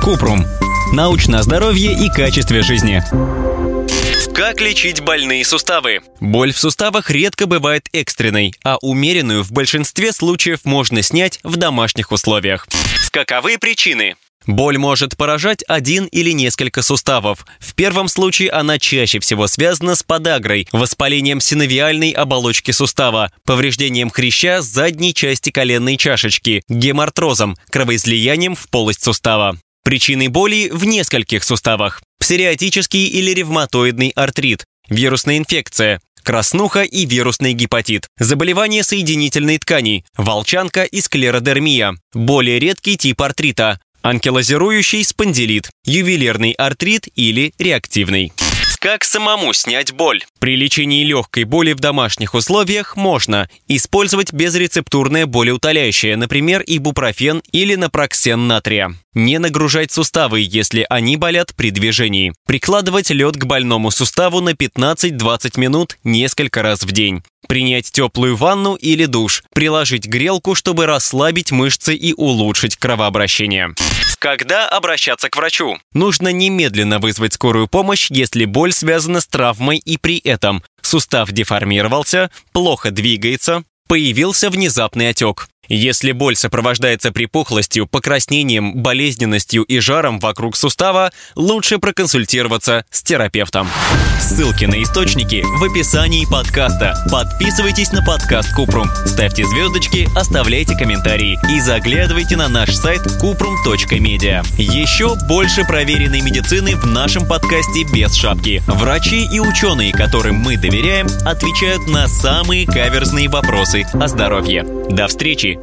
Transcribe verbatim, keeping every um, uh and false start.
Купрум. Научное здоровье и качестве жизни. Как лечить больные суставы? Боль в суставах редко бывает экстренной, а умеренную в большинстве случаев можно снять в домашних условиях. Каковы причины? Боль может поражать один или несколько суставов. В первом случае она чаще всего связана с подагрой, воспалением синовиальной оболочки сустава, повреждением хряща задней части коленной чашечки, гемартрозом, кровоизлиянием в полость сустава. Причины боли в нескольких суставах. Псориатический или ревматоидный артрит, вирусная инфекция, краснуха и вирусный гепатит, заболевания соединительной ткани, волчанка и склеродермия, более редкий тип артрита, анкилозирующий спондилит, ювелирный артрит или реактивный. Как самому снять боль? При лечении легкой боли в домашних условиях можно использовать безрецептурное болеутоляющее, например, ибупрофен или напроксен натрия. Не нагружать суставы, если они болят при движении. Прикладывать лед к больному суставу на пятнадцать-двадцать минут несколько раз в день. Принять теплую ванну или душ. Приложить грелку, чтобы расслабить мышцы и улучшить кровообращение. Когда обращаться к врачу? Нужно немедленно вызвать скорую помощь, если боль связана с травмой и при этом сустав деформировался, плохо двигается, появился внезапный отек. Если боль сопровождается припухлостью, покраснением, болезненностью и жаром вокруг сустава, лучше проконсультироваться с терапевтом. Ссылки на источники в описании подкаста. Подписывайтесь на подкаст Купрум, ставьте звездочки, оставляйте комментарии и заглядывайте на наш сайт купрум точка медиа. Еще больше проверенной медицины в нашем подкасте без шапки. Врачи и ученые, которым мы доверяем, отвечают на самые каверзные вопросы о здоровье. До встречи!